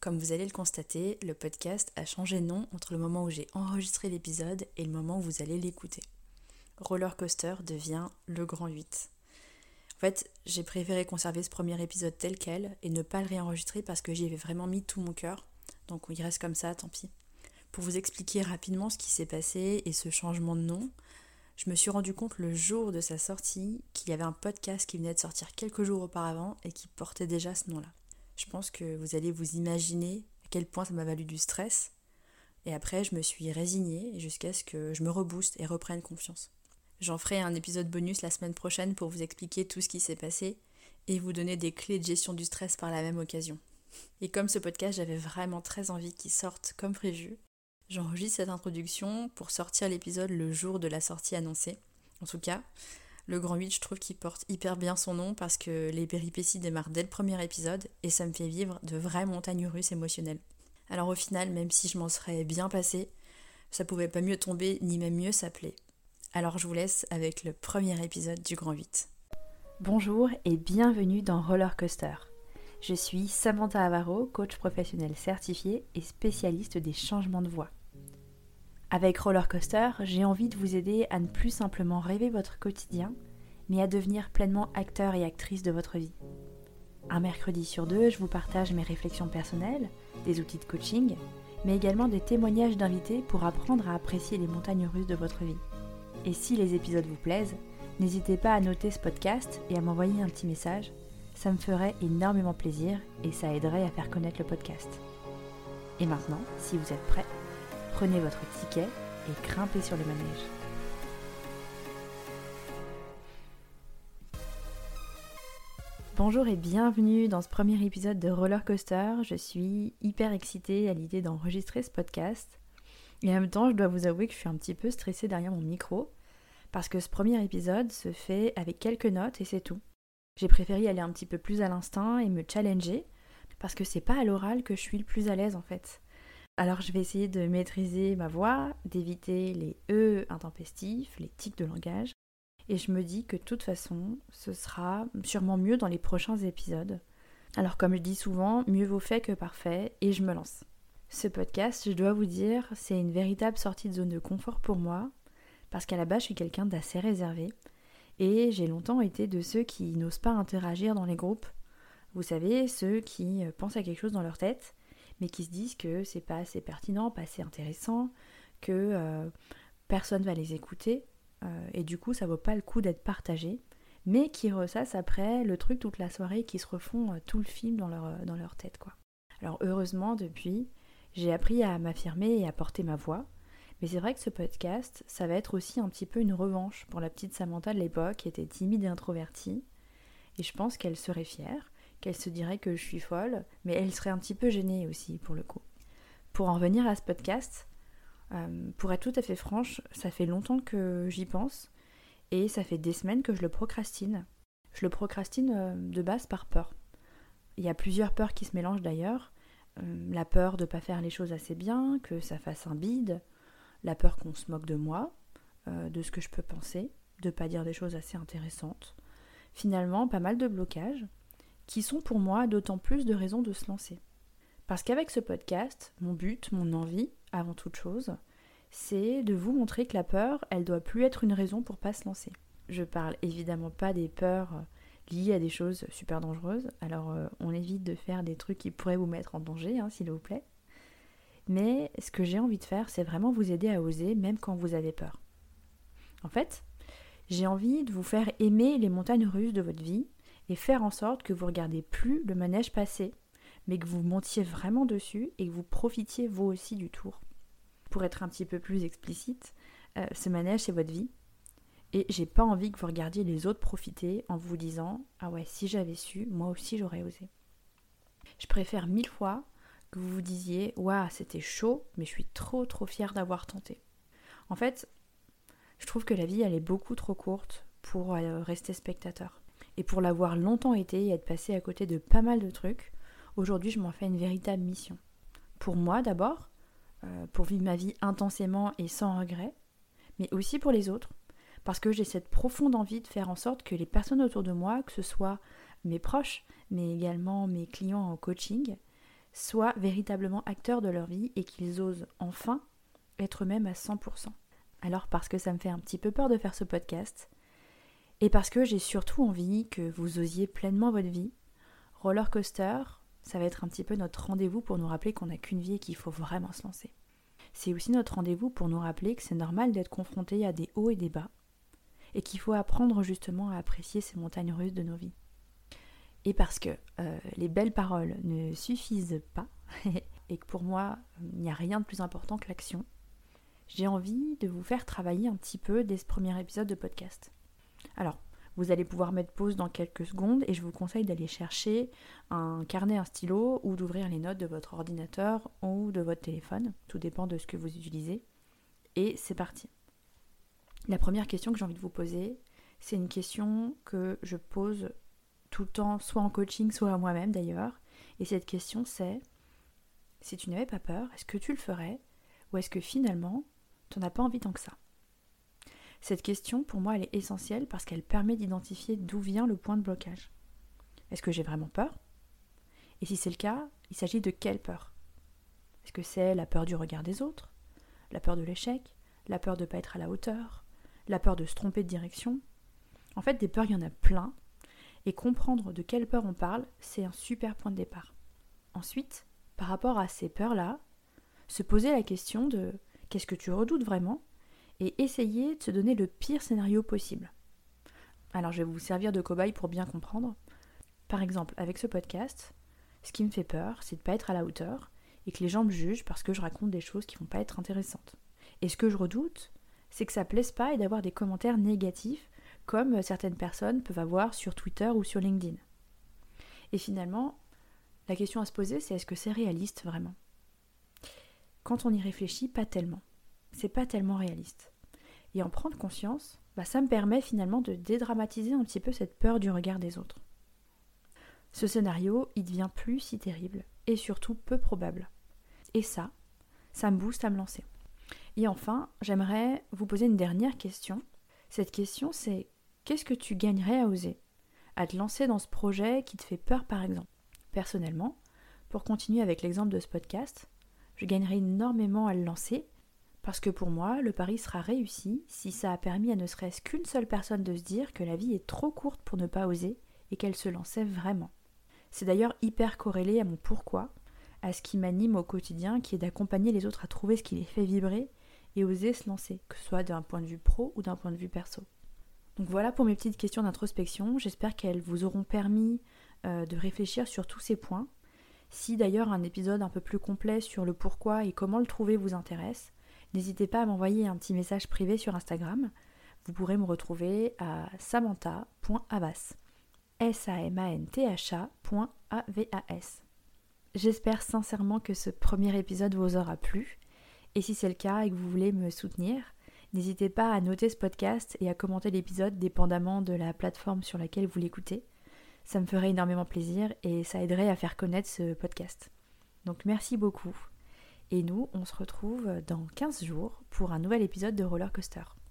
Comme vous allez le constater, le podcast a changé de nom entre le moment où j'ai enregistré l'épisode et le moment où vous allez l'écouter. Roller Coaster devient le Grand 8. En fait, j'ai préféré conserver ce premier épisode tel quel et ne pas le réenregistrer parce que j'y avais vraiment mis tout mon cœur. Donc il reste comme ça, tant pis. Pour vous expliquer rapidement ce qui s'est passé et ce changement de nom, je me suis rendu compte le jour de sa sortie qu'il y avait un podcast qui venait de sortir quelques jours auparavant et qui portait déjà ce nom-là. Je pense que vous allez vous imaginer à quel point ça m'a valu du stress. Et après, je me suis résignée jusqu'à ce que je me rebooste et reprenne confiance. J'en ferai un épisode bonus la semaine prochaine pour vous expliquer tout ce qui s'est passé et vous donner des clés de gestion du stress par la même occasion. Et comme ce podcast, j'avais vraiment très envie qu'il sorte comme prévu, j'enregistre cette introduction pour sortir l'épisode le jour de la sortie annoncée. En tout cas, le Grand 8, je trouve qu'il porte hyper bien son nom parce que les péripéties démarrent dès le premier épisode et ça me fait vivre de vraies montagnes russes émotionnelles. Alors au final, même si je m'en serais bien passée, ça pouvait pas mieux tomber ni même mieux s'appeler. Alors je vous laisse avec le premier épisode du Grand 8. Bonjour et bienvenue dans Roller Coaster. Je suis Samantha Avaro, coach professionnel certifié et spécialiste des changements de voix. Avec Roller Coaster, j'ai envie de vous aider à ne plus simplement rêver votre quotidien, mais à devenir pleinement acteur et actrice de votre vie. Un mercredi sur deux, je vous partage mes réflexions personnelles, des outils de coaching, mais également des témoignages d'invités pour apprendre à apprécier les montagnes russes de votre vie. Et si les épisodes vous plaisent, n'hésitez pas à noter ce podcast et à m'envoyer un petit message. Ça me ferait énormément plaisir et ça aiderait à faire connaître le podcast. Et maintenant, si vous êtes prêts, prenez votre ticket et grimpez sur le manège. Bonjour et bienvenue dans ce premier épisode de Roller Coaster. Je suis hyper excitée à l'idée d'enregistrer ce podcast. Et en même temps, je dois vous avouer que je suis un petit peu stressée derrière mon micro parce que ce premier épisode se fait avec quelques notes et c'est tout. J'ai préféré aller un petit peu plus à l'instinct et me challenger parce que c'est pas à l'oral que je suis le plus à l'aise en fait. Alors je vais essayer de maîtriser ma voix, d'éviter les E intempestifs, les tics de langage. Et je me dis que de toute façon, ce sera sûrement mieux dans les prochains épisodes. Alors comme je dis souvent, mieux vaut fait que parfait, et je me lance. Ce podcast, je dois vous dire, c'est une véritable sortie de zone de confort pour moi, parce qu'à la base, je suis quelqu'un d'assez réservé, et j'ai longtemps été de ceux qui n'osent pas interagir dans les groupes. Vous savez, ceux qui pensent à quelque chose dans leur tête, mais qui se disent que c'est pas assez pertinent, pas assez intéressant, que personne va les écouter, et du coup ça vaut pas le coup d'être partagé, mais qui ressassent après le truc toute la soirée, qui se refont tout le film dans leur tête, quoi. Alors heureusement, depuis, j'ai appris à m'affirmer et à porter ma voix, mais c'est vrai que ce podcast, ça va être aussi un petit peu une revanche pour la petite Samantha de l'époque, qui était timide et introvertie, et je pense qu'elle serait fière, qu'elle se dirait que je suis folle, mais elle serait un petit peu gênée aussi pour le coup. Pour en revenir à ce podcast, pour être tout à fait franche, ça fait longtemps que j'y pense et ça fait des semaines que je le procrastine. Je le procrastine de base par peur. Il y a plusieurs peurs qui se mélangent d'ailleurs. La peur de ne pas faire les choses assez bien, que ça fasse un bide, la peur qu'on se moque de moi, de ce que je peux penser, de ne pas dire des choses assez intéressantes. Finalement, pas mal de blocages qui sont pour moi d'autant plus de raisons de se lancer. Parce qu'avec ce podcast, mon but, mon envie, avant toute chose, c'est de vous montrer que la peur, elle doit plus être une raison pour pas se lancer. Je parle évidemment pas des peurs liées à des choses super dangereuses, alors on évite de faire des trucs qui pourraient vous mettre en danger, s'il vous plaît. Mais ce que j'ai envie de faire, c'est vraiment vous aider à oser, même quand vous avez peur. En fait, j'ai envie de vous faire aimer les montagnes russes de votre vie, et faire en sorte que vous regardez plus le manège passer, mais que vous montiez vraiment dessus et que vous profitiez vous aussi du tour. Pour être un petit peu plus explicite, ce manège c'est votre vie, et j'ai pas envie que vous regardiez les autres profiter en vous disant « Ah ouais, si j'avais su, moi aussi j'aurais osé ». Je préfère 1000 fois que vous vous disiez « Waouh, c'était chaud, mais je suis trop fière d'avoir tenté ». En fait, je trouve que la vie elle est beaucoup trop courte pour rester spectateur. Et pour l'avoir longtemps été et être passée à côté de pas mal de trucs, aujourd'hui je m'en fais une véritable mission. Pour moi d'abord, pour vivre ma vie intensément et sans regret, mais aussi pour les autres, parce que j'ai cette profonde envie de faire en sorte que les personnes autour de moi, que ce soit mes proches, mais également mes clients en coaching, soient véritablement acteurs de leur vie et qu'ils osent enfin être eux-mêmes à 100%. Alors parce que ça me fait un petit peu peur de faire ce podcast, et parce que j'ai surtout envie que vous osiez pleinement votre vie, Roller Coaster, ça va être un petit peu notre rendez-vous pour nous rappeler qu'on n'a qu'une vie et qu'il faut vraiment se lancer. C'est aussi notre rendez-vous pour nous rappeler que c'est normal d'être confronté à des hauts et des bas, et qu'il faut apprendre justement à apprécier ces montagnes russes de nos vies. Et parce que les belles paroles ne suffisent pas, et que pour moi, il n'y a rien de plus important que l'action, j'ai envie de vous faire travailler un petit peu dès ce premier épisode de podcast. Alors, vous allez pouvoir mettre pause dans quelques secondes et je vous conseille d'aller chercher un carnet, un stylo ou d'ouvrir les notes de votre ordinateur ou de votre téléphone. Tout dépend de ce que vous utilisez. Et c'est parti. La première question que j'ai envie de vous poser, c'est une question que je pose tout le temps, soit en coaching, soit à moi-même d'ailleurs. Et cette question c'est, si tu n'avais pas peur, est-ce que tu le ferais? Ou est-ce que finalement, tu n'en as pas envie tant que ça? Cette question, pour moi, elle est essentielle parce qu'elle permet d'identifier d'où vient le point de blocage. Est-ce que j'ai vraiment peur? Et si c'est le cas, il s'agit de quelle peur? Est-ce que c'est la peur du regard des autres? La peur de l'échec? La peur de ne pas être à la hauteur? La peur de se tromper de direction? En fait, des peurs, il y en a plein. Et comprendre de quelle peur on parle, c'est un super point de départ. Ensuite, par rapport à ces peurs-là, se poser la question de qu'est-ce que tu redoutes vraiment? Et essayer de se donner le pire scénario possible. Alors je vais vous servir de cobaye pour bien comprendre. Par exemple, avec ce podcast, ce qui me fait peur, c'est de ne pas être à la hauteur et que les gens me jugent parce que je raconte des choses qui ne vont pas être intéressantes. Et ce que je redoute, c'est que ça ne plaise pas et d'avoir des commentaires négatifs comme certaines personnes peuvent avoir sur Twitter ou sur LinkedIn. Et finalement, la question à se poser, c'est est-ce que c'est réaliste vraiment? Quand on y réfléchit, pas tellement. C'est pas tellement réaliste. Et en prendre conscience, ça me permet finalement de dédramatiser un petit peu cette peur du regard des autres. Ce scénario, il devient plus si terrible et surtout peu probable. Et ça me booste à me lancer. Et enfin, j'aimerais vous poser une dernière question. Cette question, c'est qu'est-ce que tu gagnerais à oser? À te lancer dans ce projet qui te fait peur par exemple. Personnellement, pour continuer avec l'exemple de ce podcast, je gagnerais énormément à le lancer parce que pour moi, le pari sera réussi si ça a permis à ne serait-ce qu'une seule personne de se dire que la vie est trop courte pour ne pas oser et qu'elle se lançait vraiment. C'est d'ailleurs hyper corrélé à mon pourquoi, à ce qui m'anime au quotidien, qui est d'accompagner les autres à trouver ce qui les fait vibrer et oser se lancer, que ce soit d'un point de vue pro ou d'un point de vue perso. Donc voilà pour mes petites questions d'introspection, j'espère qu'elles vous auront permis de réfléchir sur tous ces points. Si d'ailleurs un épisode un peu plus complet sur le pourquoi et comment le trouver vous intéresse, n'hésitez pas à m'envoyer un petit message privé sur Instagram. Vous pourrez me retrouver à samantha.avas. samantha.avas. J'espère sincèrement que ce premier épisode vous aura plu. Et si c'est le cas et que vous voulez me soutenir, n'hésitez pas à noter ce podcast et à commenter l'épisode dépendamment de la plateforme sur laquelle vous l'écoutez. Ça me ferait énormément plaisir et ça aiderait à faire connaître ce podcast. Donc merci beaucoup. Et nous, on se retrouve dans 15 jours pour un nouvel épisode de Roller Coaster.